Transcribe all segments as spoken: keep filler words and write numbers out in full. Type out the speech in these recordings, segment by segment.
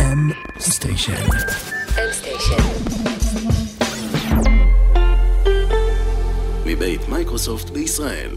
M Station. M Station. מבית מייקרוסופט בישראל.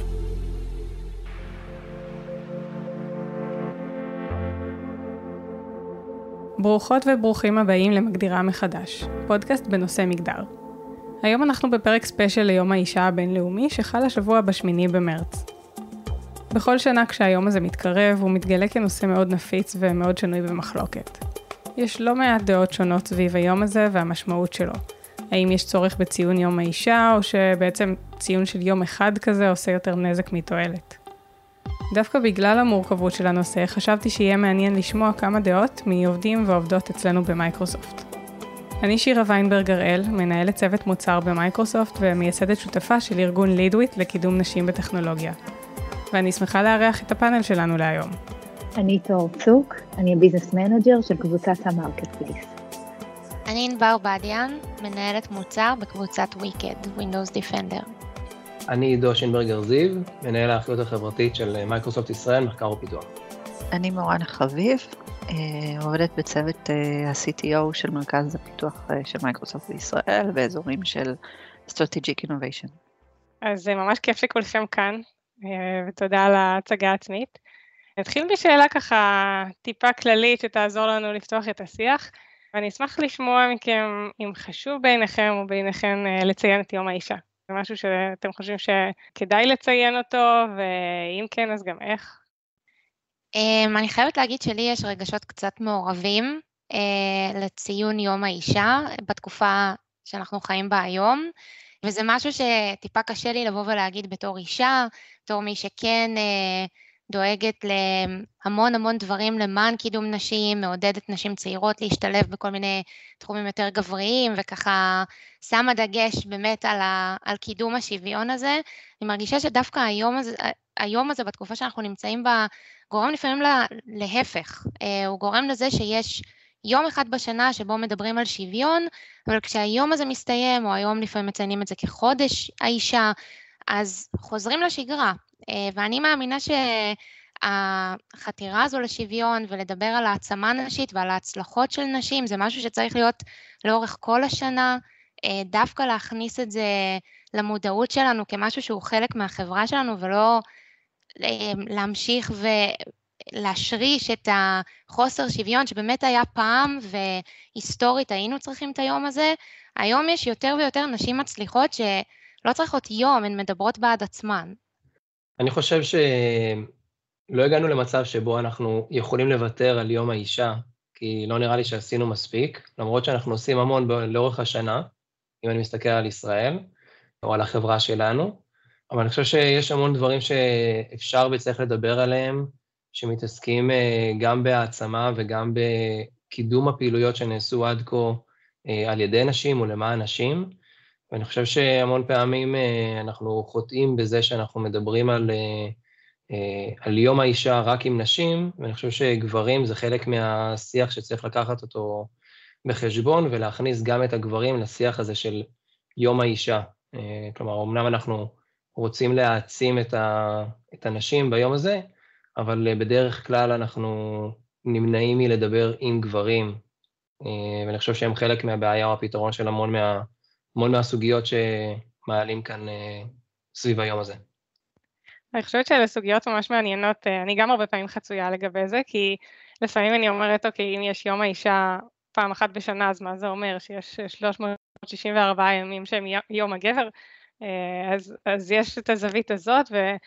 ברוכות וברוכים הבאים למגדירה מחדש, פודקאסט בנושא מגדר. היום אנחנו בפרק ספיישל ליום האישה הבינלאומי שחל השבוע בשמיני במרץ. בכל שנה כשהיום הזה מתקרב הוא מתגלה כנושא מאוד נפיץ ומאוד שנוי במחלוקת. יש לא מעט דעות שונות סביב היום הזה והמשמעות שלו. האם יש צורך בציון יום האישה או שבעצם ציון של יום אחד כזה עושה יותר נזק מתועלת. דווקא בגלל המורכבות של הנושא חשבתי שיהיה מעניין לשמוע כמה דעות מעובדים ועובדות אצלנו במייקרוסופט. אני שירה ויינברג הראל, מנהלת צוות מוצר במייקרוסופט ומייסדת שותפה של ארגון לידוויט לקידום נשים בטכנולוגיה. ואני שמחה לארח את הפאנל שלנו להיום. אני תור צוק, אני הביזנס מנג'ר של קבוצת המרקט פלייס. אני ענבר בדיאן, מנהלת מוצר בקבוצת Wicked, Windows Defender. אני עידו שינברגר זיו, מנהל האחריות החברתית של מייקרוסופט ישראל, מחקר ופיתוח. אני מורן חביב, עובדת בצוות ה-סי טי או של מרכז הפיתוח של מייקרוסופט בישראל, באזורים של Strategic Innovation. אז זה ממש כיף שכולכם כאן, ותודה על ההצגה העצמית. נתחיל בשאלה ככה טיפה כללית שתעזור לנו לפתוח את השיח, ואני אשמח לשמוע מכם אם חשוב בעיניכם או בעיניכם לציין את יום האישה. זה משהו שאתם חושבים שכדאי לציין אותו, ואם כן אז גם איך? אני חייבת להגיד שלי יש רגשות קצת מעורבים לציון יום האישה בתקופה שאנחנו חיים בה היום, וזה משהו שטיפה קשה לי לבוא ולהגיד בתור אישה, בתור מי שכן דואגת להמון המון דברים למען קידום נשים, מעודדת נשים צעירות להשתלב בכל מיני תחומים יותר גבריים, וככה שמה דגש באמת על, ה, על קידום השוויון הזה. אני מרגישה שדווקא היום הזה, היום הזה בתקופה שאנחנו נמצאים בה, גורם לפעמים לה, להפך. הוא גורם לזה שיש יום אחד בשנה שבו מדברים על שוויון, אבל כשהיום הזה מסתיים, או היום לפעמים מציינים את זה כחודש האישה, אז חוזרים לשגרה. ואני מאמינה שהחתירה הזו לשוויון ולדבר על העצמה נשית ועל ההצלחות של נשים, זה משהו שצריך להיות לאורך כל השנה, דווקא להכניס את זה למודעות שלנו כמשהו שהוא חלק מהחברה שלנו, ולא להמשיך ולהשריש את החוסר שוויון שבאמת היה פעם, והיסטורית היינו צריכים את היום הזה. היום יש יותר ויותר נשים מצליחות שלא צריכות יום, הן מדברות בעד עצמן. אני חושב שלא הגענו למצב שבו אנחנו יכולים לוותר על יום האישה, כי לא נראה לי שעשינו מספיק, למרות שאנחנו עושים המון לאורך השנה, אם אני מסתכל על ישראל, או על החברה שלנו, אבל אני חושב שיש המון דברים שאפשר וצריך לדבר עליהם, שמתעסקים גם בהעצמה וגם בקידום הפעילויות שנעשו עד כה על ידי נשים ולמען נשים, ואני חושב שהמון פעמים אנחנו חוטאים בזה שאנחנו מדברים על, על יום האישה רק עם נשים, ואני חושב שגברים זה חלק מהשיח שצריך לקחת אותו בחשבון, ולהכניס גם את הגברים לשיח הזה של יום האישה. כלומר, אמנם אנחנו רוצים להעצים את, ה, את הנשים ביום הזה, אבל בדרך כלל אנחנו נמנעים מלדבר עם גברים, ואני חושב שהם חלק מהבעיה או הפתרון של המון מה... המון מהסוגיות שמעלים כאן סביב היום הזה. אני חושבת שאלה סוגיות ממש מעניינות, אני גם הרבה פעמים חצויה לגבי זה, כי לפעמים אני אומרת, אוקיי, אם יש יום האישה פעם אחת בשנה, אז מה זה אומר? שיש שלוש מאות שישים וארבעה ימים שהם יום הגבר, אז, אז יש את הזווית הזאת,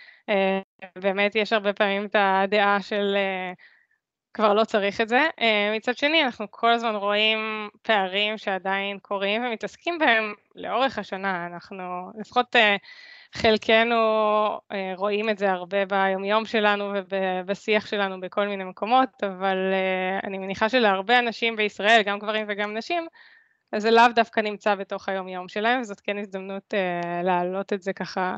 ובאמת יש הרבה פעמים את הדעה של כבר לא צריך את זה. מצד שני, אנחנו כל הזמן רואים פערים שעדיין קורים ומתעסקים בהם לאורך השנה. אנחנו, לפחות חלקנו רואים את זה הרבה ביומיום שלנו ובשיח שלנו בכל מיני מקומות, אבל אני מניחה שלהרבה אנשים בישראל, גם גברים וגם נשים, אז זה לאו דווקא נמצא בתוך היומיום שלהם, וזאת כן הזדמנות להעלות את זה ככה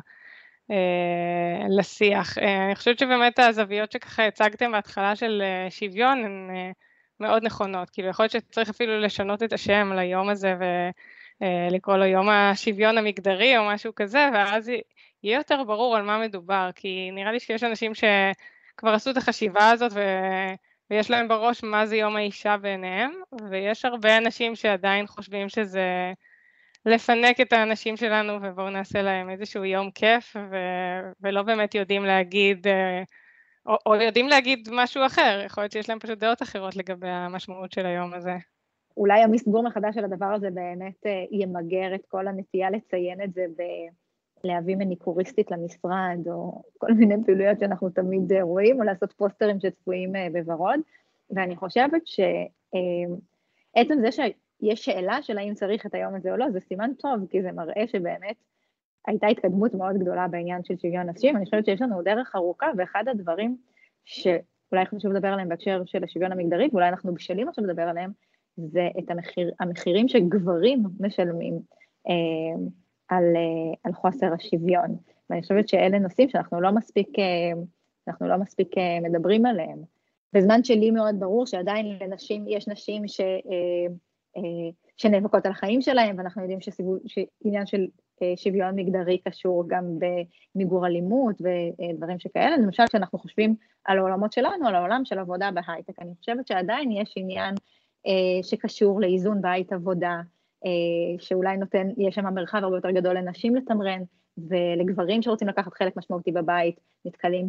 לשיח. אני חושבת שבאמת הזוויות שככה הצגתם בהתחלה של שוויון הן מאוד נכונות, כאילו יכול להיות שצריך אפילו לשנות את השם ליום הזה ולקרוא לו יום השוויון המגדרי או משהו כזה, ואז יהיה יותר ברור על מה מדובר, כי נראה לי שיש אנשים שכבר עשו את החשיבה הזאת ויש להם בראש מה זה יום האישה בעיניהם, ויש הרבה אנשים שעדיין חושבים שזה לפנק את האנשים שלנו, ובואו נעשה להם איזשהו יום כיף, ו- ולא באמת יודעים להגיד, או, או יודעים להגיד משהו אחר, יכול להיות שיש להם פשוט דעות אחרות לגבי המשמעות של היום הזה. אולי המסגור מחדש של הדבר הזה באמת ימגר את כל הנטייה לציין את זה ב... להביא מניקוריסטית למשרד, או כל מיני פעילויות שאנחנו תמיד רואים, או לעשות פוסטרים שצפויים בוורוד, ואני חושבת שעצם זה שיש שאלה של האם צריך את היום הזה או לא, זה סימן טוב, כי זה מראה שבאמת הייתה התקדמות מאוד גדולה בעניין של שוויון נשים, אני חושבת שיש לנו דרך ארוכה, ואחד הדברים שאולי חשוב לדבר עליהם בהקשר של השוויון המגדרי, ואולי אנחנו בשלים עכשיו לדבר עליהם, זה את המחיר, המחירים שגברים משלמים, על, על חוסר השוויון. ואני חושבת שאלה נושאים שאנחנו לא מספיק, אנחנו לא מספיק מדברים עליהם. בזמן שלי מאוד ברור שעדיין לנשים, יש נשים ש, שנאבקות על החיים שלהם, ואנחנו יודעים שעניין של שוויון מגדרי קשור גם במיגור אלימות ודברים שכאלה. למשל, כשאנחנו חושבים על העולמות שלנו, על העולם של עבודה בהייטק, אני חושבת שעדיין יש עניין שקשור לאיזון בית עבודה, שאולי נותן, יש שם מרחב הרבה יותר גדול לנשים לתמרן, ולגברים שרוצים לקחת חלק משמעותי בבית, נתקלים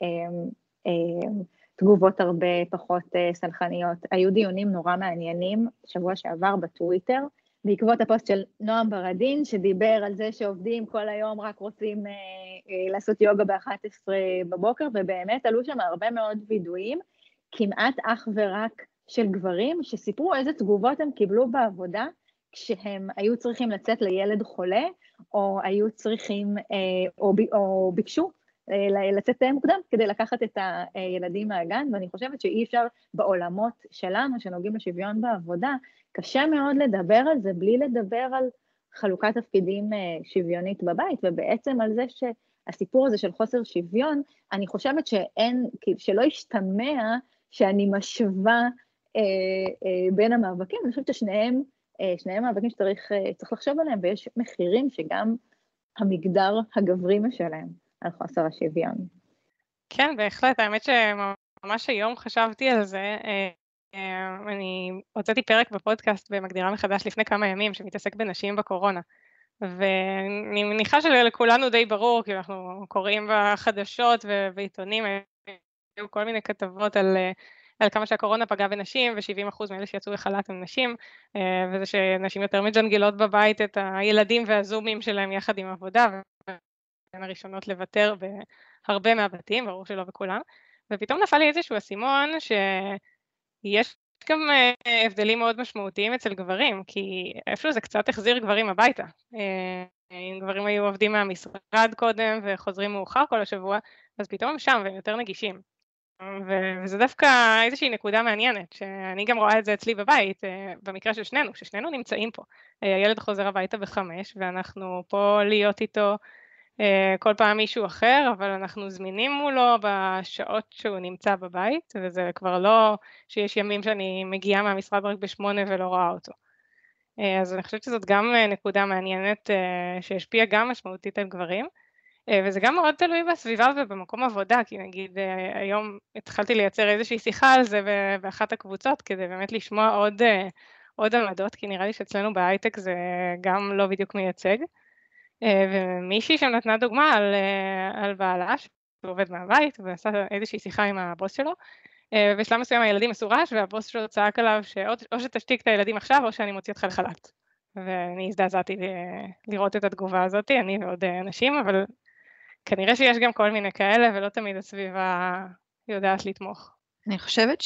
בתגובות הרבה פחות סלחניות. היו דיונים נורא מעניינים, שבוע שעבר בטוויטר, בעקבות הפוסט של נועם ברדין, שדיבר על זה שעובדים כל היום רק רוצים לעשות יוגה ב-אחת עשרה בבוקר, ובאמת עלו שם הרבה מאוד וידועים, כמעט אך ורק של גברים, שסיפרו איזה תגובות הם קיבלו בעבודה, כשהם היו צריכים לצאת לילד חולה, או היו צריכים, או, או ביקשו לצאת מוקדם, כדי לקחת את הילדים מהגן, ואני חושבת שאי אפשר בעולמות שלנו, שנוגעים לשוויון בעבודה, קשה מאוד לדבר על זה, בלי לדבר על חלוקת תפקידים שוויונית בבית, ובעצם על זה שהסיפור הזה של חוסר שוויון, אני חושבת שאין, שלא ישתמע שאני משווה בין המאבקים, אני חושבת ששניהם, שניהם מאבקים שצריך צריך לחשוב עליהם, ויש מחירים שגם המגדר הגברי משלם על חוסר השוויון. כן, בהחלט, האמת שממש היום חשבתי על זה, אני הוצאתי פרק בפודקאסט במגדירה מחדש לפני כמה ימים, שמתעסק בנשים בקורונה, ואני מניחה שלכולנו די ברור, כי אנחנו קוראים בחדשות ובעיתונים, היו כל מיני כתבות על על כמה שהקורונה פגעה בנשים, ו-שבעים אחוז מאלה שיצאו לחל"ת הם נשים, וזה שנשים יותר מג'נגלות בבית את הילדים והזומים שלהם יחד עם עבודה, והן הראשונות לוותר בהרבה מהבתים, ברור שלא בכולם, ופתאום נפל לי איזשהו אסימון שיש גם הבדלים מאוד משמעותיים אצל גברים, כי איפשהו זה קצת החזיר גברים הביתה. אם גברים היו עובדים מהמשרד קודם וחוזרים מאוחר כל השבוע, אז פתאום הם שם והם יותר נגישים. וזה דווקא איזושהי נקודה מעניינת, שאני גם רואה את זה אצלי בבית, במקרה של שנינו, ששנינו נמצאים פה. הילד חוזר הביתה בחמש, ואנחנו פה להיות איתו כל פעם מישהו אחר, אבל אנחנו זמינים מולו בשעות שהוא נמצא בבית, וזה כבר לא שיש ימים שאני מגיעה מהמשרד רק בשמונה ולא רואה אותו. אז אני חושבת שזאת גם נקודה מעניינת שהשפיעה גם משמעותית על גברים, וזה גם מאוד תלוי בסביבה ובמקום עבודה, כי נגיד היום התחלתי לייצר איזושהי שיחה על זה באחת הקבוצות, כדי באמת לשמוע עוד, עוד עמדות, כי נראה לי שאצלנו בהייטק זה גם לא בדיוק מייצג. ומישהי שם נתנה דוגמה על, על בעלה, שהוא עובד מהבית, ועשה איזושהי שיחה עם הבוס שלו, ובשלב מסוים הילדים עשו רעש, והבוס שלו צעק עליו שאו שתשתיק את הילדים עכשיו, או שאני מוציא אותך לחל"ת. ואני הזדעזעתי לראות את התגובה הזאת, אני ועוד אנשים, אבל כנראה שיש גם כל מיני כאלה, ולא תמיד הסביבה יודעת לתמוך. אני חושבת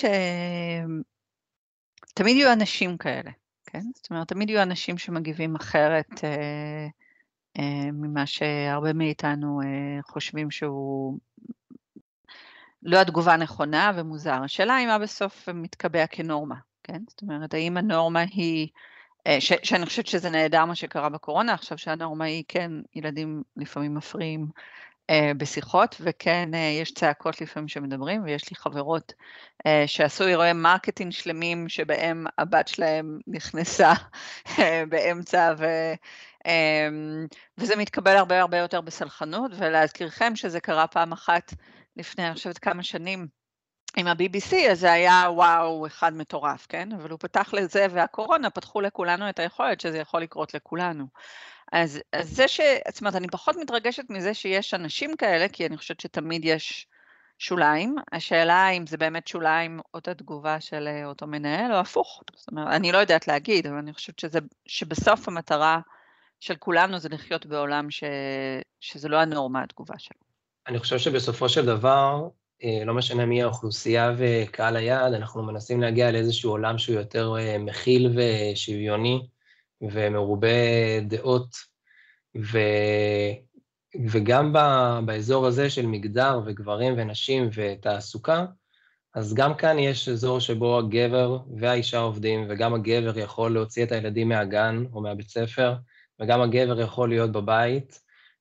שתמיד יהיו אנשים כאלה, כן? זאת אומרת, תמיד יהיו אנשים שמגיבים אחרת אה, אה, ממה שהרבה מאיתנו אה, חושבים שהוא לא התגובה נכונה ומוזר. השאלה היא מה בסוף מתקבע כנורמה, כן? זאת אומרת, האם הנורמה היא, ש, שאני חושבת שזה נהדר מה שקרה בקורונה, עכשיו שהנורמה היא כן, ילדים לפעמים מפריעים אה, בשיחות, וכן אה, יש צעקות לפעמים שמדברים, ויש לי חברות אה, שעשו אירועי מרקטינג שלמים, שבהם הבת שלהם נכנסה אה, באמצע, ו, אה, וזה מתקבל הרבה הרבה יותר בסלחנות, ולהזכירכם שזה קרה פעם אחת, לפני, אני חושבת, כמה שנים, עם ה-בי בי סי, אז זה היה וואו, אחד מטורף, כן? אבל הוא פתח לזה, והקורונה פתחו לכולנו את היכולת שזה יכול לקרות לכולנו. אז, אז זה ש... זאת אומרת, אני פחות מתרגשת מזה שיש אנשים כאלה, כי אני חושבת שתמיד יש שוליים. השאלה אם זה באמת שוליים אותה תגובה של אותו מנהל, או הפוך. זאת אומרת, אני לא יודעת להגיד, אבל אני חושבת שזה, שבסוף המטרה של כולנו זה לחיות בעולם ש, שזה לא הנורמה התגובה שלו. אני חושב שבסופו של דבר, לא משנה מי האוכלוסייה וקהל היעד, אנחנו מנסים להגיע לאיזשהו עולם שהוא יותר מכיל ושוויוני, ומרובה דעות, ו... וגם ב... באזור הזה של מגדר וגברים ונשים ותעסוקה, אז גם כאן יש אזור שבו הגבר והאישה עובדים, וגם הגבר יכול להוציא את הילדים מהגן או מהבית ספר, וגם הגבר יכול להיות בבית,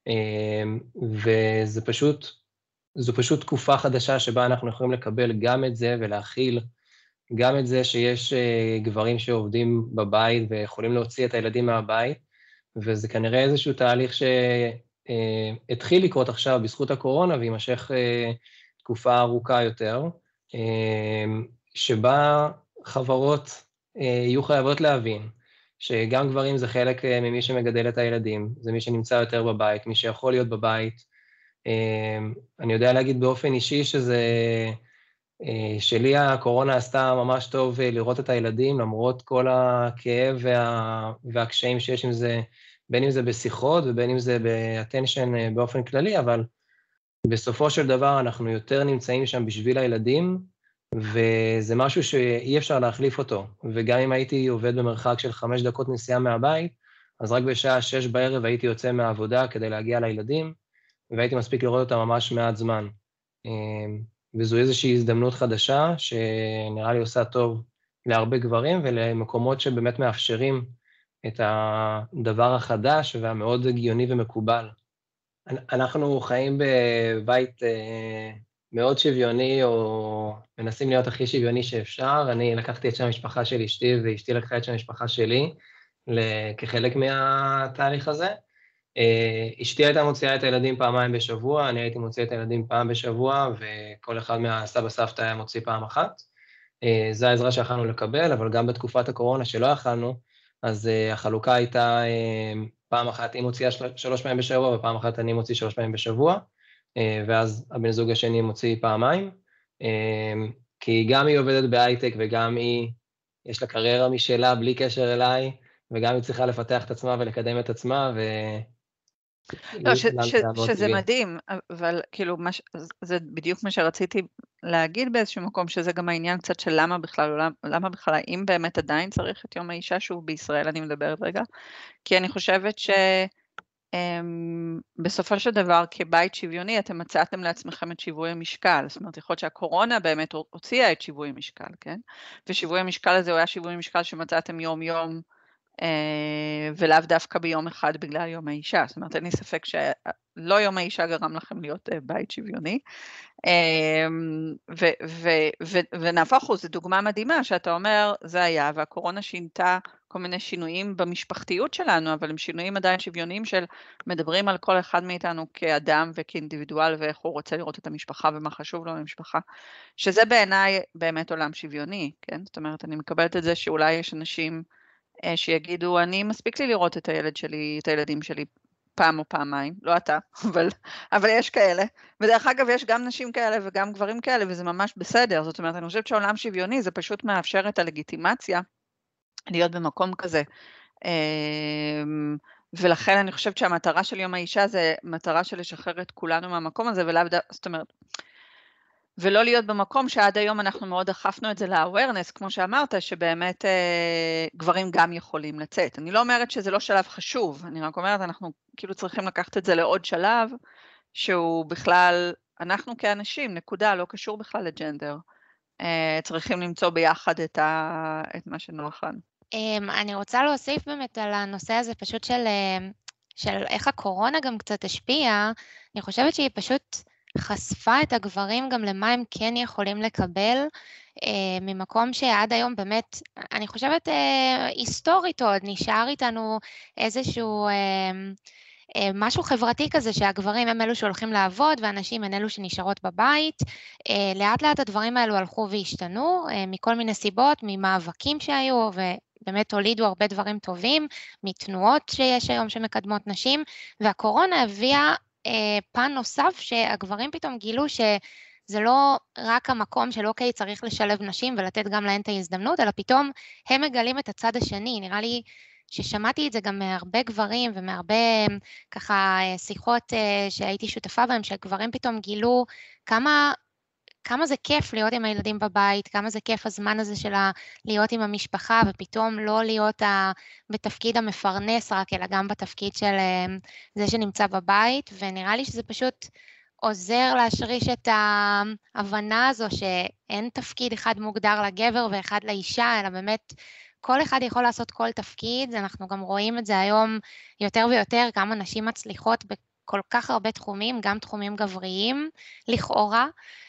וזה פשוט, זו פשוט תקופה חדשה שבה אנחנו יכולים לקבל גם את זה ולהכיל גם את זה שיש גברים שעובדים בבית ויכולים להוציא את הילדים מהבית, וזה כנראה איזשהו תהליך שהתחיל לקרות עכשיו בזכות הקורונה, וימשך תקופה ארוכה יותר, שבה חברות יהיו חייבות להבין שגם גברים זה חלק ממי שמגדל את הילדים, זה מי שנמצא יותר בבית, מי שיכול להיות בבית. אני יודע להגיד באופן אישי שזה... שלי הקורונה עשתה ממש טוב לראות את הילדים, למרות כל הכאב וה... והקשיים שיש עם זה, בין אם זה בשיחות ובין אם זה באטנשן באופן כללי, אבל בסופו של דבר אנחנו יותר נמצאים שם בשביל הילדים, וזה משהו שאי אפשר להחליף אותו. וגם אם הייתי עובד במרחק של חמש דקות נסיעה מהבית, אז רק בשעה שש בערב הייתי יוצא מהעבודה כדי להגיע לילדים, והייתי מספיק לראות אותם ממש מעט זמן. וזו איזושהי הזדמנות חדשה, שנראה לי עושה טוב להרבה גברים, ולמקומות שבאמת מאפשרים את הדבר החדש, והמאוד הגיוני ומקובל. אנחנו חיים בבית מאוד שוויוני, או מנסים להיות הכי שוויוני שאפשר. אני לקחתי את שם המשפחה של אשתי, ואשתי לקחה את שם המשפחה שלי, כחלק מהתהליך הזה. אשתי הייתה מוציאה את הילדים פעמיים בשבוע, אני הייתי מוציא את הילדים פעם בשבוע, וכל אחד מהסבא סבתא היה מוציא פעם אחת. זו העזרה שיכלנו לקבל, אבל גם בתקופת הקורונה שלא יכלנו, אז החלוקה הייתה פעם אחת היא מוציאה שלוש פעמים בשבוע, ופעם אחת אני מוציא שלוש פעמים בשבוע, ואז הבן זוג השני מוציא פעמיים, כי גם היא עובדת בהייטק, וגם היא, יש לה קריירה משלה בלי קשר אליי, וגם היא צריכה לפתח את עצמה ולקדם את עצמה, ו... לא, ש, ש, שזה מדהים, אבל כאילו, מה, זה בדיוק מה שרציתי להגיד באיזשהו מקום, שזה גם העניין קצת של למה בכלל, למה, למה בכלל, האם באמת עדיין צריך את יום האישה, שהוא בישראל, אני מדברת רגע, כי אני חושבת שבסופו של דבר, כבית שוויוני, אתם מצאתם לעצמכם את שיווי המשקל, זאת אומרת, יכול להיות שהקורונה באמת הוציאה את שיווי המשקל, כן? ושיווי המשקל הזה הוא היה שיווי משקל שמצאתם יום יום, ולאו דווקא ביום אחד בגלל יום האישה, זאת אומרת, אין לי ספק שלא יום האישה גרם לכם להיות בית שוויוני, ונהפוך הוא, זו דוגמה מדהימה, שאתה אומר, זה היה, והקורונה שינתה כל מיני שינויים במשפחתיות שלנו, אבל הם שינויים עדיין שוויוניים של מדברים על כל אחד מאיתנו כאדם וכאינדיבידואל, ואיך הוא רוצה לראות את המשפחה ומה חשוב לו למשפחה, שזה בעיניי באמת עולם שוויוני, כן? זאת אומרת, אני מקבלת את זה שאולי יש אנשים שיגידו, אני מספיק לי לראות את הילד שלי, את הילדים שלי פעם או פעמיים, לא אתה, אבל, אבל יש כאלה. ודרך אגב, יש גם נשים כאלה וגם גברים כאלה, וזה ממש בסדר. זאת אומרת, אני חושבת שעולם שוויוני, זה פשוט מאפשר את הלגיטימציה להיות במקום כזה. ולכן אני חושבת שהמטרה של יום האישה זה מטרה של לשחרר את כולנו מהמקום הזה, ולאו ד... זאת אומרת, ולא להיות במקום שעד היום אנחנו מאוד דחפנו את זה ל-awareness, כמו שאמרת, שבאמת אה, גברים גם יכולים לצאת. אני לא אומרת שזה לא שלב חשוב, אני רק אומרת, אנחנו כאילו צריכים לקחת את זה לעוד שלב, שהוא בכלל, אנחנו כאנשים, נקודה, לא קשור בכלל לג'נדר, אה, צריכים למצוא ביחד את, ה, את מה שנוח לנו. אני רוצה להוסיף באמת על הנושא הזה פשוט של, של איך הקורונה גם קצת השפיעה, אני חושבת שהיא פשוט חשפה את הגברים גם למה הם כן יכולים לקבל, אה, ממקום שעד היום באמת, אני חושבת אה, היסטורית עוד, נשאר איתנו איזשהו, אה, משהו חברתי כזה שהגברים הם אלו שהולכים לעבוד והנשים הן אלו שנשארות בבית. לאט לאט הדברים האלו הלכו והשתנו מכל מיני סיבות, ממאבקים שהיו ובאמת הולידו הרבה דברים טובים, מתנועות שיש היום שמקדמות נשים, והקורונה הביאה פן נוסף שהגברים פתאום גילו שזה לא רק המקום של אוקיי צריך לשלב נשים ולתת גם להן את ההזדמנות, אלא פתאום הם מגלים את הצד השני. נראה לי ששמעתי את זה גם מהרבה גברים ומהרבה ככה שיחות שהייתי שותפה בהם, שגברים פתאום גילו כמה, כמה זה כיף להיות עם הילדים בבית, כמה זה כיף הזמן הזה של להיות עם המשפחה, ופתאום לא להיות בתפקיד המפרנס רק, אלא גם בתפקיד של זה שנמצא בבית, ונראה לי שזה פשוט עוזר להשריש את ההבנה הזו שאין תפקיד אחד מוגדר לגבר ואחד לאישה, אלא באמת כל אחד יכול לעשות כל תפקיד. אנחנו גם רואים את זה היום יותר ויותר, כמה נשים מצליחות בכל כך הרבה תחומים, גם תחומים גבריים, לכאורה,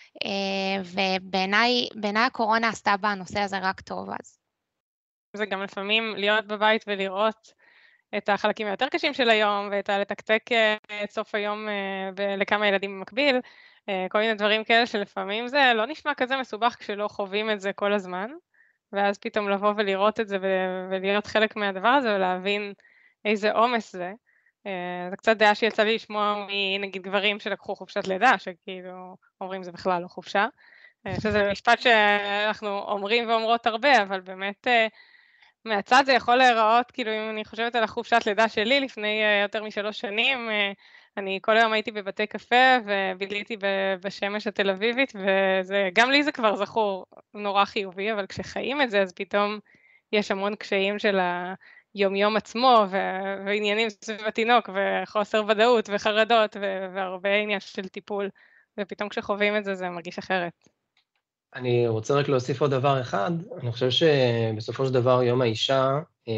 ובעיניי בעיניי הקורונה עשתה בנושא הזה רק טוב אז. זה גם לפעמים להיות בבית ולראות את החלקים היותר קשים של היום, ואת לתקתק את סוף היום לכמה ילדים במקביל, כל מיני דברים כאלה שלפעמים זה לא נשמע כזה מסובך כשלא חווים את זה כל הזמן, ואז פתאום לבוא ולראות את זה ולהיות חלק מהדבר הזה ולהבין איזה עומס זה. זה קצת דעה שיצא לי לשמוע מנגיד גברים שלקחו חופשת לידה, שכאילו אומרים זה בכלל לא חופשה, שזה משפט שאנחנו אומרים ואומרות הרבה, אבל באמת מהצד זה יכול להיראות, כאילו אם אני חושבת על החופשת לידה שלי לפני יותר משלוש שנים, אני כל היום הייתי בבתי קפה וביליתי בשמש התל אביבית, וגם לי זה כבר זכור נורא חיובי, אבל כשחיים את זה אז פתאום יש המון קשיים של היום-יום עצמו, ועניינים סביב התינוק, וחוסר ודאות וחרדות, והרבה עניין של טיפול, ופתאום כשחווים את זה זה מרגיש אחרת. אני רוצה רק להוסיף עוד דבר אחד. אני חושב שבסופו של דבר יום האישה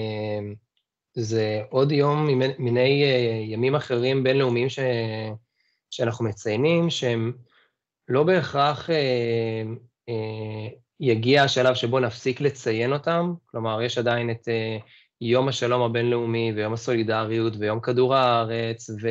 זה עוד יום מיני ימים אחרים בינלאומיים ש... שאנחנו מציינים, שהם לא בהכרח יגיע השלב שבו נפסיק לציין אותם. כלומר, יש עדיין את יום השלום הבינלאומי ויום הסולידריות ויום כדור הארץ ו...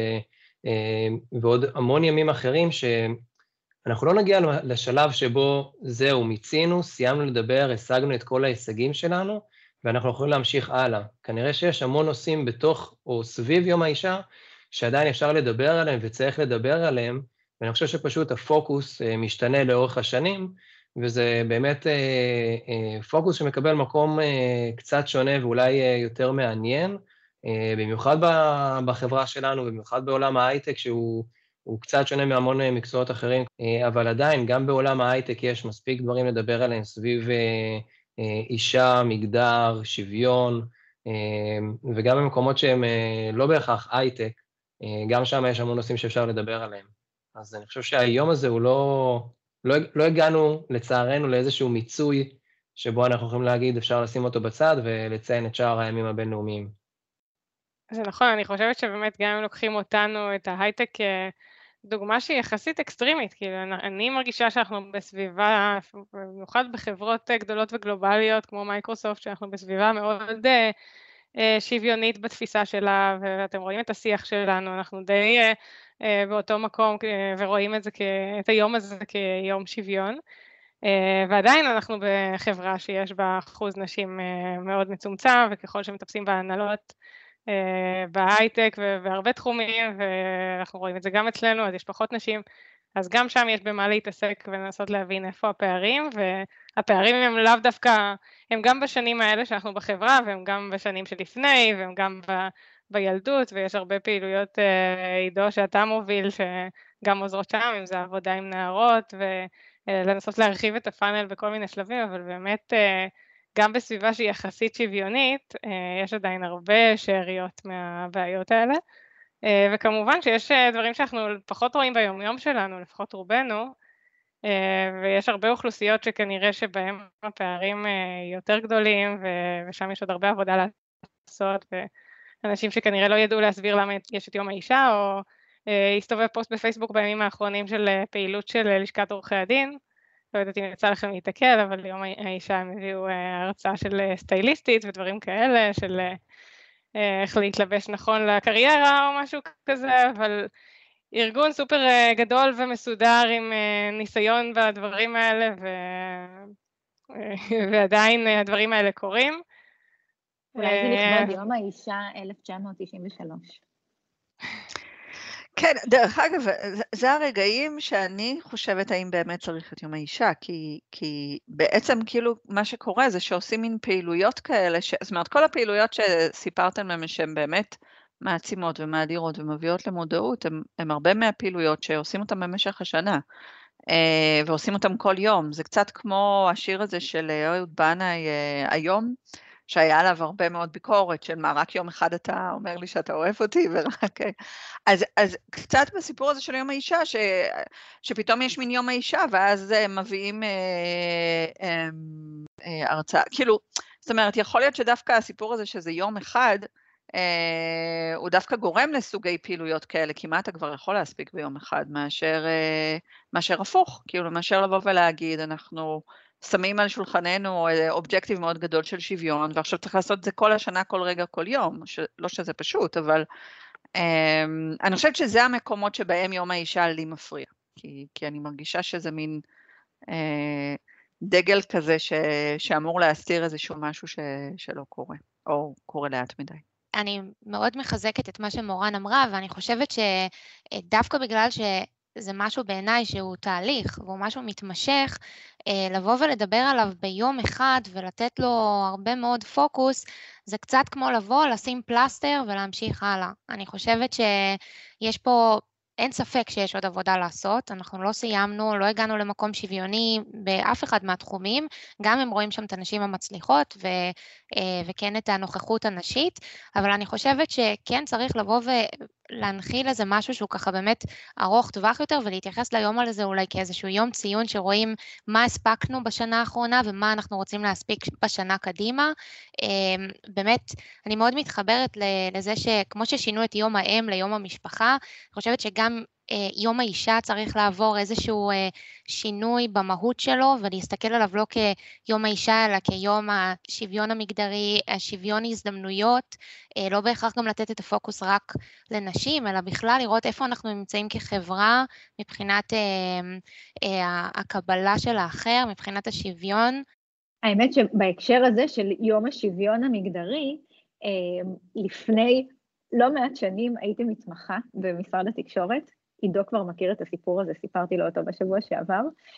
ועוד המון ימים אחרים ש... אנחנו לא נגיע לשלב שבו זהו, מיצינו, סיימנו לדבר, השגנו את כל ההישגים שלנו, ואנחנו יכולים להמשיך הלאה. כנראה שיש המון נושאים בתוך או סביב יום האישה, שעדיין אפשר לדבר עליהם וצריך לדבר עליהם, ואני חושב שפשוט הפוקוס משתנה לאורך השנים, וזה באמת פוקוס שמקבל מקום קצת שונה ואולי יותר מעניין, במיוחד בחברה שלנו, במיוחד בעולם ההייטק שהוא... הוא קצת שונה מהמון מקצועות אחרים, אבל עדיין, גם בעולם ההייטק יש מספיק דברים לדבר עליהם סביב אישה, מגדר, שוויון, וגם במקומות שהם לא בהכרח הייטק, גם שם יש המון נושאים שאפשר לדבר עליהם. אז אני חושב שהיום הזה הוא לא, לא, לא הגענו לצערנו לאיזשהו מיצוי, שבו אנחנו יכולים להגיד, אפשר לשים אותו בצד ולציין את שאר הימים הבינלאומיים. זה נכון, אני חושבת שבאמת גם אם לוקחים אותנו, את ההייטק, דוגמה שהיא יחסית אקסטרימית, כאילו אני מרגישה שאנחנו בסביבה, במיוחד בחברות גדולות וגלובליות כמו מייקרוסופט, שאנחנו בסביבה מאוד שוויונית בתפיסה שלה, ואתם רואים את השיח שלנו, אנחנו די באותו מקום ורואים את זה, את היום הזה כיום שוויון, ועדיין אנחנו בחברה שיש בה אחוז נשים מאוד מצומצם, וככל שמטפסים בהנהלות, בהייטק ובהרבה תחומים, ואנחנו רואים את זה גם אצלנו, אז יש פחות נשים, אז גם שם יש במה להתעסק ולנסות להבין איפה הפערים, והפערים הם לאו דווקא, הם גם בשנים האלה שאנחנו בחברה, והם גם בשנים שלפני, והם גם ב, בילדות, ויש הרבה פעילויות עידו שאתה מוביל, שגם עוזרות שם, אם זה עבודה עם נערות, ולנסות להרחיב את הפאנל בכל מיני שלבים, אבל באמת גם בסביבה שהיא יחסית שוויונית, יש עדיין הרבה שאריות מהבעיות האלה, וכמובן שיש דברים שאנחנו פחות רואים ביום יום שלנו, לפחות רובנו, ויש הרבה אוכלוסיות שכנראה שבהם הפערים יותר גדולים, ושם יש עוד הרבה עבודה לעשות, ואנשים שכנראה לא ידעו להסביר למה יש את יום האישה, או הסתובב פוסט בפייסבוק בימים האחרונים של פעילות של לשכת עורכי הדין, לא יודעת אם יצא לכם להתעכל, אבל יום האישה הם הביאו הרצאה של סטייליסטית ודברים כאלה, של איך להתלבש נכון לקריירה או משהו כזה, אבל ארגון סופר גדול ומסודר עם ניסיון בדברים האלה, ו... ועדיין הדברים האלה קורים. אולי זה לכבוד יום האישה אלף תשע מאות תשעים ושלוש. כן, דרך אגב, זה הרגעים שאני חושבת האם באמת צריך את יום האישה, כי, כי בעצם כאילו מה שקורה זה שעושים מין פעילויות כאלה, ש... זאת אומרת, כל הפעילויות שסיפרתם להם שהן באמת מעצימות ומאדירות ומביאות למודעות, הן הרבה מהפעילויות שעושים אותן במשך השנה, ועושים אותם כל יום. זה קצת כמו השיר הזה של אהוד בנאי היום, שהיה עליו הרבה מאוד ביקורת, של מה, רק יום אחד אתה אומר לי שאתה אוהב אותי, ורק... אז, אז קצת בסיפור הזה של יום האישה, ש, שפתאום יש מין יום האישה, ואז מביאים אה, אה, אה, הרצאה, כאילו, זאת אומרת, יכול להיות שדווקא הסיפור הזה שזה יום אחד, אה, הוא דווקא גורם לסוגי פעילויות כאלה, כי מה אתה כבר יכול להספיק ביום אחד, מאשר, אה, מאשר הפוך, כאילו, מאשר לבוא ולהגיד, אנחנו... שמים על שולחננו אובג'קטיב מאוד גדול של שוויון, ועכשיו צריך לעשות את זה כל השנה, כל רגע, כל יום, ש... לא שזה פשוט, אבל um, אני חושבת שזה המקומות שבהם יום האישה לי מפריע, כי, כי אני מרגישה שזה מין uh, דגל כזה ש... שאמור להסתיר איזשהו משהו ש... שלא קורה, או קורה לאט מדי. אני מאוד מחזקת את מה שמורן אמרה, ואני חושבת שדווקא בגלל ש... זה משהו בעיניי שהוא תהליך, והוא משהו מתמשך, לבוא ולדבר עליו ביום אחד ולתת לו הרבה מאוד פוקוס, זה קצת כמו לבוא, לשים פלסטר ולהמשיך הלאה. אני חושבת שיש פה, אין ספק שיש עוד עבודה לעשות, אנחנו לא סיימנו, לא הגענו למקום שוויוני באף אחד מהתחומים, גם הם רואים שם את הנשים המצליחות ו, וכן את הנוכחות הנשית, אבל אני חושבת שכן צריך לבוא ולהנחיל איזה משהו שהוא ככה באמת ארוך טווח יותר, ולהתייחס ליום על זה אולי כאיזשהו יום ציון שרואים מה הספקנו בשנה האחרונה ומה אנחנו רוצים להספיק בשנה קדימה. באמת, אני מאוד מתחברת לזה שכמו ששינו את יום האם ליום המשפחה, אני חושבת שגם יום האישה צריך לעבור איזשהו שינוי במהות שלו, ולהסתכל עליו לא כיום האישה, אלא כיום השוויון המגדרי, השוויון הזדמנויות, לא בהכרח גם לתת את הפוקוס רק לנשים, אלא בכלל לראות איפה אנחנו נמצאים כחברה, מבחינת הקבלה של האחר, מבחינת השוויון. האמת שבהקשר הזה של יום השוויון המגדרי, לפני לא מעט שנים הייתי מתמחה במשרד התקשורת, עידו כבר מכיר את הסיפור הזה, סיפרתי לו אותו בשבוע שעבר,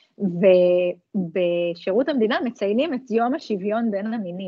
ובשירות המדינה מציינים את יום השוויון בין המינים,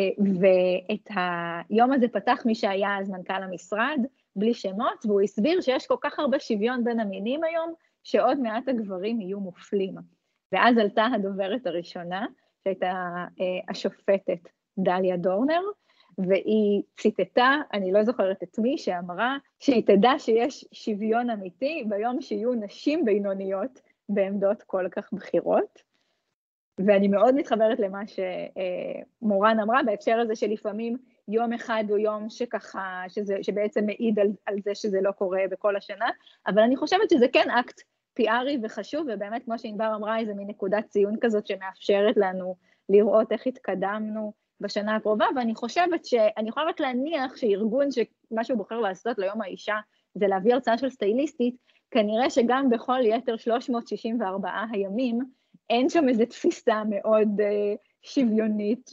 ואת היום הזה פתח מי שהיה אז מנכ"ל המשרד, בלי שמות, והוא הסביר שיש כל כך הרבה שוויון בין המינים היום, שעוד מעט הגברים יהיו מופלים. ואז עלתה הדוברת הראשונה, שהייתה השופטת דליה דורנר, והיא ציטטה, אני לא זוכרת את מי, שאמרה שהיא תדע שיש שוויון אמיתי ביום שיהיו נשים בינוניות בעמדות כל כך בחירות. ואני מאוד מתחברת למה שמורן אמרה, בהקשר הזה שלפעמים יום אחד הוא יום שככה, שזה, שבעצם מעיד על, על זה שזה לא קורה בכל השנה, אבל אני חושבת שזה כן אקט פי-ארי וחשוב, ובאמת כמו שענבר אמרה, איזה מין נקודת ציון כזאת שמאפשרת לנו לראות איך התקדמנו, בשנה הקרובה, ואני חושבת שאני יכולה רק להניח שארגון שמה שהוא בוחר לעשות ליום האישה זה להביא הרצאה של סטייליסטית, כנראה שגם בכל יתר שלוש מאות שישים וארבעה הימים, אין שם איזו תפיסה מאוד uh, שוויונית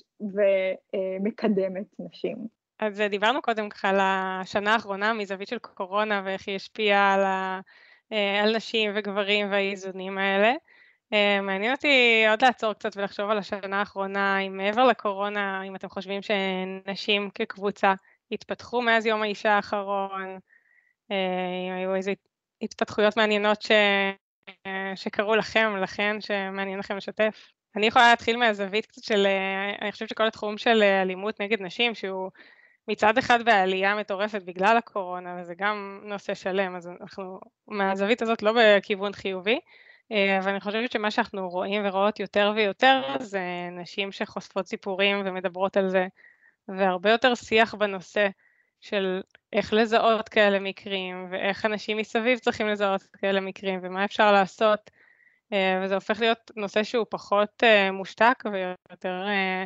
ומקדמת נשים. אז דיברנו קודם ככה על השנה האחרונה מזווית של קורונה, ואיך היא השפיעה על, ה, על נשים וגברים והאיזונים האלה. מעניין אותי עוד לעצור קצת ולחשוב על השנה האחרונה, אם מעבר לקורונה, אם אתם חושבים שנשים כקבוצה התפתחו מאז יום האישה האחרון, אם היו איזה התפתחויות מעניינות ש... שקרו לכם, לכן, שמעניין לכם לשתף. אני יכולה להתחיל מהזווית קצת של, אני חושבת שכל התחום של אלימות נגד נשים, שהוא מצד אחד בעלייה מטורפת בגלל הקורונה, וזה גם נושא שלם, אז אנחנו מהזווית הזאת לא בכיוון חיובי, אבל אני חושבת שמה שאנחנו רואים ורואות יותר ויותר זה נשים שחושפות סיפורים ומדברות על זה, והרבה יותר שיח בנושא של איך לזהות כאלה מקרים, ואיך אנשים מסביב צריכים לזהות כאלה מקרים, ומה אפשר לעשות, וזה הופך להיות נושא שהוא פחות מושתק ויותר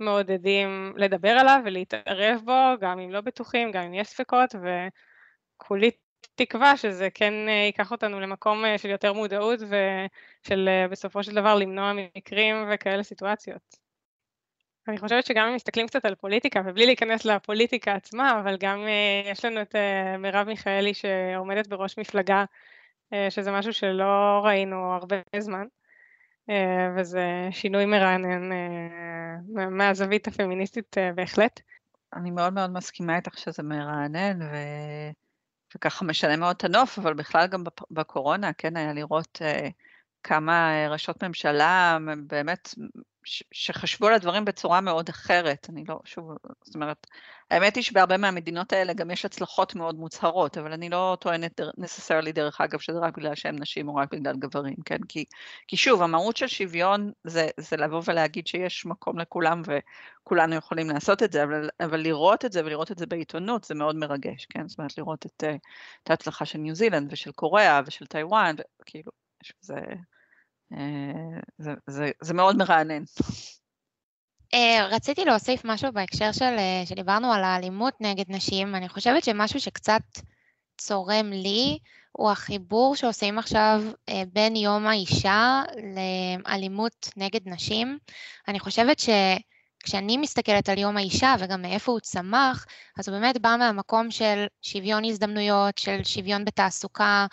מעודדים לדבר עליו ולהתערב בו, גם אם לא בטוחים, גם אם יש ספקות, וכולי תקווה שזה כן ייקח אותנו למקום של יותר מודעות, ושל בסופו של דבר למנוע מקרים וכאלה סיטואציות. אני חושבת שגם אם מסתכלים קצת על פוליטיקה, ובלי להיכנס לפוליטיקה עצמה, אבל גם יש לנו את מרב מיכאלי שעומדת בראש מפלגה, שזה משהו שלא ראינו הרבה זמן, וזה שינוי מרענן מהזווית הפמיניסטית בהחלט. אני מאוד מאוד מסכימה איתך שזה מרענן, ו... וככה משנה מאוד את הנוף, אבל בכלל גם בקורונה, כן, היה לראות כמה ראשות ממשלה באמת ש- שחשבו על הדברים בצורה מאוד אחרת. אני לא, שוב, זאת אומרת, האמת היא שבהרבה מהמדינות האלה גם יש הצלחות מאוד מוצהרות, אבל אני לא טוענת necessarily דרך אגב שזה רק בגלל שהם נשים או רק בגלל גברים, כן? כי, כי שוב, המהות של שוויון זה, זה לבוא ולהגיד שיש מקום לכולם וכולנו יכולים לעשות את זה, אבל, אבל לראות את זה ולראות את זה בעיתונות זה מאוד מרגש, כן? זאת אומרת, לראות את, את ההצלחה של ניו זילנד ושל קוריאה ושל טיואן, וכאילו, זה... זה, זה, זה מאוד מרענן. רציתי להוסיף משהו בהקשר של, שדיברנו על האלימות נגד נשים. אני חושבת שמשהו שקצת צורם לי, הוא החיבור שעושים עכשיו בין יום האישה לאלימות נגד נשים. אני חושבת ש... כשאני מסתכלת על יום האישה וגם מאיפה הוא צמח, אז הוא באמת בא מהמקום של שוויון הזדמנויות, של שוויון בתעסוקה,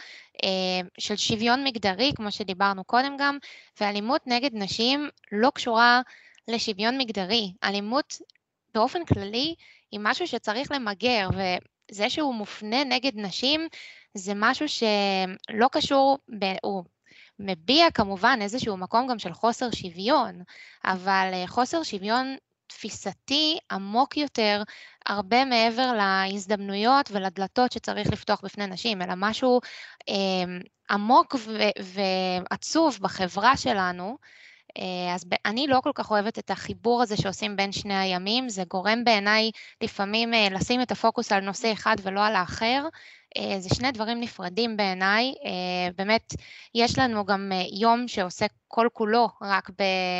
של שוויון מגדרי, כמו שדיברנו קודם גם, ואלימות נגד נשים לא קשורה לשוויון מגדרי. אלימות באופן כללי היא משהו שצריך למגר, וזה שהוא מופנה נגד נשים זה משהו שלא קשור, ב... הוא מביע כמובן איזשהו מקום גם של חוסר שוויון, אבל חוסר שוויון תפיסתי עמוק יותר, הרבה מעבר להזדמנויות ולדלתות שצריך לפתוח בפני נשים, אלא משהו אה, עמוק ו- ועצוב בחברה שלנו. אה, אז אני לא כל כך אוהבת את החיבור הזה שעושים בין שני הימים, זה גורם בעיניי לפעמים אה, לשים את הפוקוס על נושא אחד ולא על האחר, זה שני דברים נפרדים בעיניי. באמת יש לנו גם יום שעוסק כל כולו רק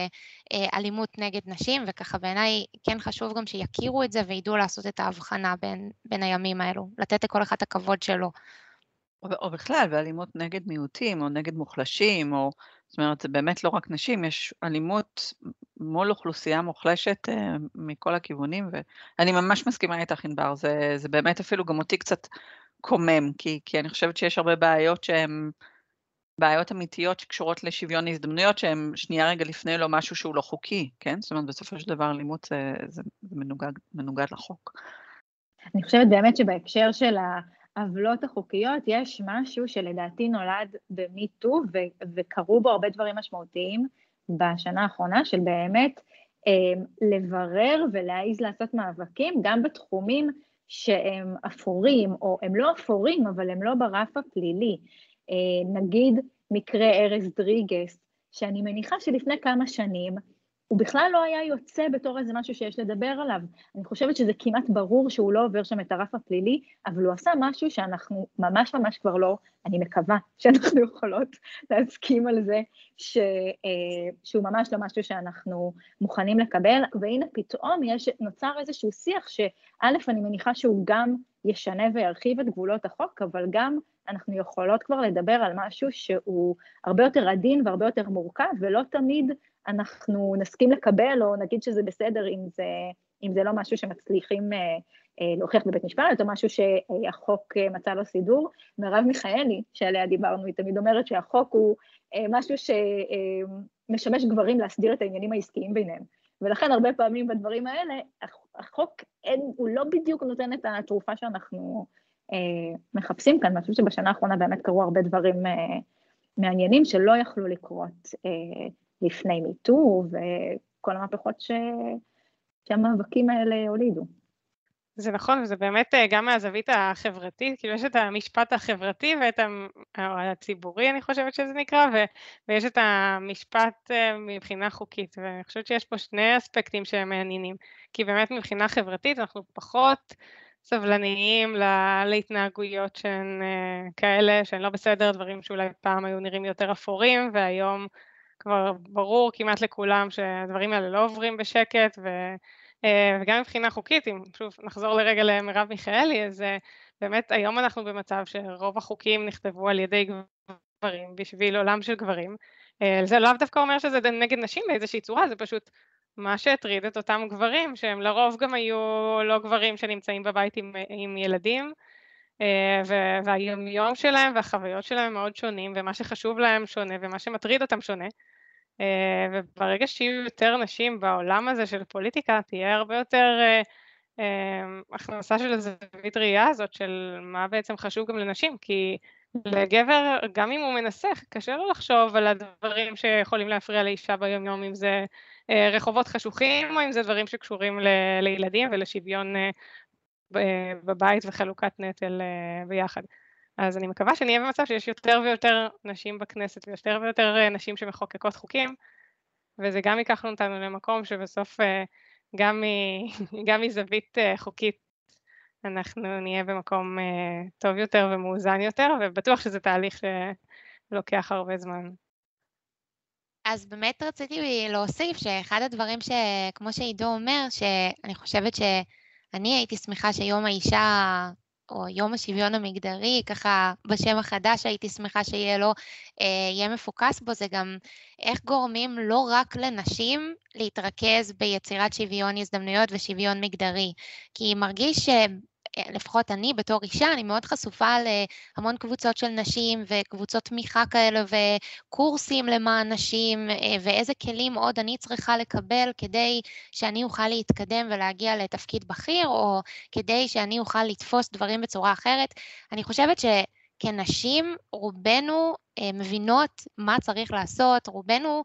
באלימות נגד נשים, וככה בעיניי כן חשוב גם שיכירו את זה וידעו לעשות את ההבחנה בין, בין הימים האלו, לתת לכל אחד את הכבוד שלו. או, או בכלל, באלימות נגד מיעוטים או נגד מוחלשים, או, זאת אומרת, זה באמת לא רק נשים, יש אלימות מול אוכלוסייה מוחלשת אה, מכל הכיוונים, ואני ממש מסכימה איתך ענבר, זה, זה באמת אפילו גם אותי קצת קומם, כי, כי אני חושבת שיש הרבה בעיות שהן בעיות אמיתיות שקשורות לשוויון הזדמנויות, שהן שנייה רגע לפני לא משהו שהוא לא חוקי, כן? זאת אומרת, בסופו של דבר אלימות זה, זה, זה מנוגד, מנוגד לחוק. אני חושבת באמת שבהקשר של העוולות החוקיות, יש משהו שלדעתי נולד במיטו, ו- וקרו בו הרבה דברים משמעותיים בשנה האחרונה, של באמת אה, לברר ולהעיז לעשות מאבקים, גם בתחומים שהם אפורים, או הם לא אפורים, אבל הם לא ברף הפלילי. נגיד מקרה ארז דריגס, שאני מניחה שלפני כמה שנים, הוא בכלל לא היה יוצא בתור איזה משהו שיש לדבר עליו. אני חושבת שזה כמעט ברור שהוא לא עובר שם את הרף הפלילי, אבל הוא עשה משהו שאנחנו ממש ממש כבר לא, אני מקווה שאנחנו יכולות להסכים על זה, ש, שהוא ממש לא משהו שאנחנו מוכנים לקבל, והנה פתאום יש, נוצר איזשהו שיח שא' אני מניחה שהוא גם ישנה וירחיב את גבולות החוק, אבל גם אנחנו יכולות כבר לדבר על משהו שהוא הרבה יותר עדין והרבה יותר מורכב, ולא תמיד אנחנו נסכים לקבל, או נגיד שזה בסדר אם זה, אם זה לא משהו שמצליחים אה, אה, להוכיח בבית משפט, או משהו שהחוק אה, מצא לו סידור. מרב מיכאלי, שעליה דיברנו, היא תמיד אומרת שהחוק הוא אה, משהו שמשמש אה, גברים להסדיר את העניינים העסקיים ביניהם. ולכן הרבה פעמים בדברים האלה, החוק אין, הוא לא בדיוק נותן את התרופה שאנחנו אה, מחפשים כאן. אני חושבת שבשנה האחרונה באמת קרו הרבה דברים אה, מעניינים שלא יכלו לקרות אה, לפני מיטו, וכל המהפכות ש... שהמאבקים האלה הולידו. זה נכון, וזה באמת גם מהזווית החברתית, כאילו יש את המשפט החברתי ואת הציבורי, אני חושבת שזה נקרא, ו... ויש את המשפט מבחינה חוקית, ואני חושבת שיש פה שני אספקטים שהם מעניינים, כי באמת מבחינה חברתית אנחנו פחות סבלניים לה... להתנהגויות שהן כאלה, שהן לא בסדר, דברים שאולי פעם היו נראים יותר אפורים, והיום כבר ברור כמעט לכולם שהדברים האלה לא עוברים בשקט, ו, וגם מבחינה חוקית, אם שוב נחזור לרגע למרב מיכאלי, אז באמת היום אנחנו במצב שרוב החוקים נכתבו על ידי גברים, בשביל עולם של גברים. זה לאו דווקא אומר שזה נגד נשים באיזושהי צורה, זה פשוט מה שהטריד את אותם גברים, שהם לרוב גם היו לא גברים שנמצאים בבית עם, עם ילדים, והיום שלהם והחוויות שלהם מאוד שונים, ומה שחשוב להם שונה, ומה שמטריד אותם שונה. וברגע שיהיו יותר נשים בעולם הזה של פוליטיקה, תהיה הרבה יותר הכנסה של הזווית ראייה הזאת, של מה בעצם חשוב גם לנשים, כי לגבר, גם אם הוא מנסה, קשה לו לחשוב על הדברים שיכולים להפריע לאישה ביום יום, אם זה רחובות חשוכים, או אם זה דברים שקשורים ל- לילדים ולשוויון בבית וחלוקת נטל ביחד. אז אני מקווה שנהיה במצב שיש יותר ויותר נשים בכנסת, ויותר ויותר נשים שמחוקקות חוקים, וזה גם ייקח אותנו למקום שבסוף גם, מ- גם מזווית חוקית, אנחנו נהיה במקום uh, טוב יותר ומאוזן יותר, ובטוח שזה תהליך שלוקח הרבה זמן. אז באמת רציתי להוסיף שאחד הדברים שכמו שעידו אומר, שאני חושבת שאני הייתי שמחה שיום האישה, או יום השוויון המגדרי, ככה בשם החדש הייתי שמחה שיהיה לו, יהיה מפוקס בו, זה גם איך גורמים לא רק לנשים להתרכז ביצירת שוויון הזדמנויות ושוויון מגדרי, כי מרגיש ש... לפחות אני בתור אישה, אני מאוד חשופה להמון קבוצות של נשים וקבוצות תמיכה כאלה וקורסים למען נשים, ואיזה כלים עוד אני צריכה לקבל כדי שאני אוכל להתקדם ולהגיע לתפקיד בכיר, או כדי שאני אוכל לתפוס דברים בצורה אחרת. אני חושבת שכנשים רובנו מבינות מה צריך לעשות, רובנו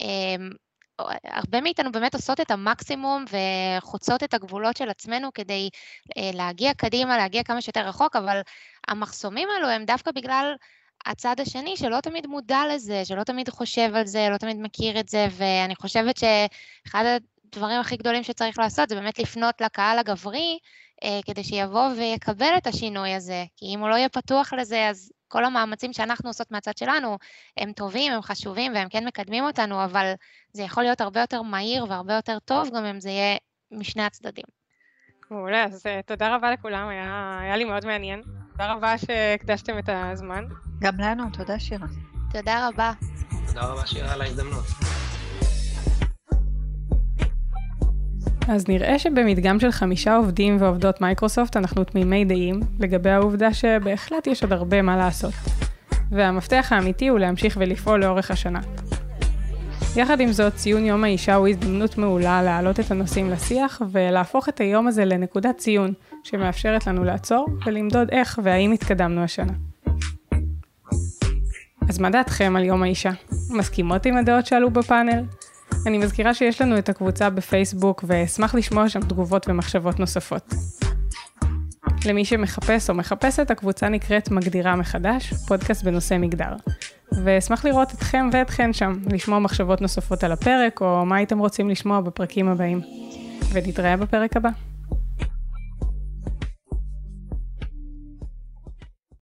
הרבה מאיתנו באמת עושות את המקסימום וחוצות את הגבולות של עצמנו כדי להגיע קדימה, להגיע כמה שיותר רחוק, אבל המחסומים האלו הם דווקא בגלל הצד השני שלא תמיד מודע לזה, שלא תמיד חושב על זה, לא תמיד מכיר את זה, ואני חושבת שאחד הדברים הכי גדולים שצריך לעשות זה באמת לפנות לקהל הגברי, כדי שיבוא ויקבל את השינוי הזה, כי אם הוא לא יהיה פתוח לזה, אז כל המאמצים שאנחנו עושות מהצד שלנו, הם טובים, הם חשובים, והם כן מקדמים אותנו, אבל זה יכול להיות הרבה יותר מהיר והרבה יותר טוב, גם אם זה יהיה משני הצדדים. מעולה, אז תודה רבה לכולם, היה, היה לי מאוד מעניין. תודה רבה שהקדשתם את הזמן. גם לנו, תודה שירה. תודה רבה. תודה רבה שירה על ההזדמנות. אז נראה שבמדגם של חמישה עובדים ועובדות מייקרוסופט אנחנו תמימי דעים לגבי העובדה שבהחלט יש עוד הרבה מה לעשות. והמפתח האמיתי הוא להמשיך ולפעול לאורך השנה. יחד עם זאת, ציון יום האישה הוא הזדמנות מעולה להעלות את הנושאים לשיח ולהפוך את היום הזה לנקודת ציון שמאפשרת לנו לעצור ולמדוד איך והאם התקדמנו השנה. אז מה דעתכם על יום האישה? מסכימות עם הדעות שעלו בפאנל? אני מזכירה שיש לנו את הקבוצה בפייסבוק ואשמח לשמוע שם תגובות ומחשבות נוספות. למי שמחפש או מחפשת, הקבוצה נקראת מגדירה מחדש, פודקאסט בנושא מגדר. ואשמח לראות אתכם ואתכן שם, לשמוע מחשבות נוספות על הפרק או מה הייתם רוצים לשמוע בפרקים הבאים. ונתראה בפרק הבא.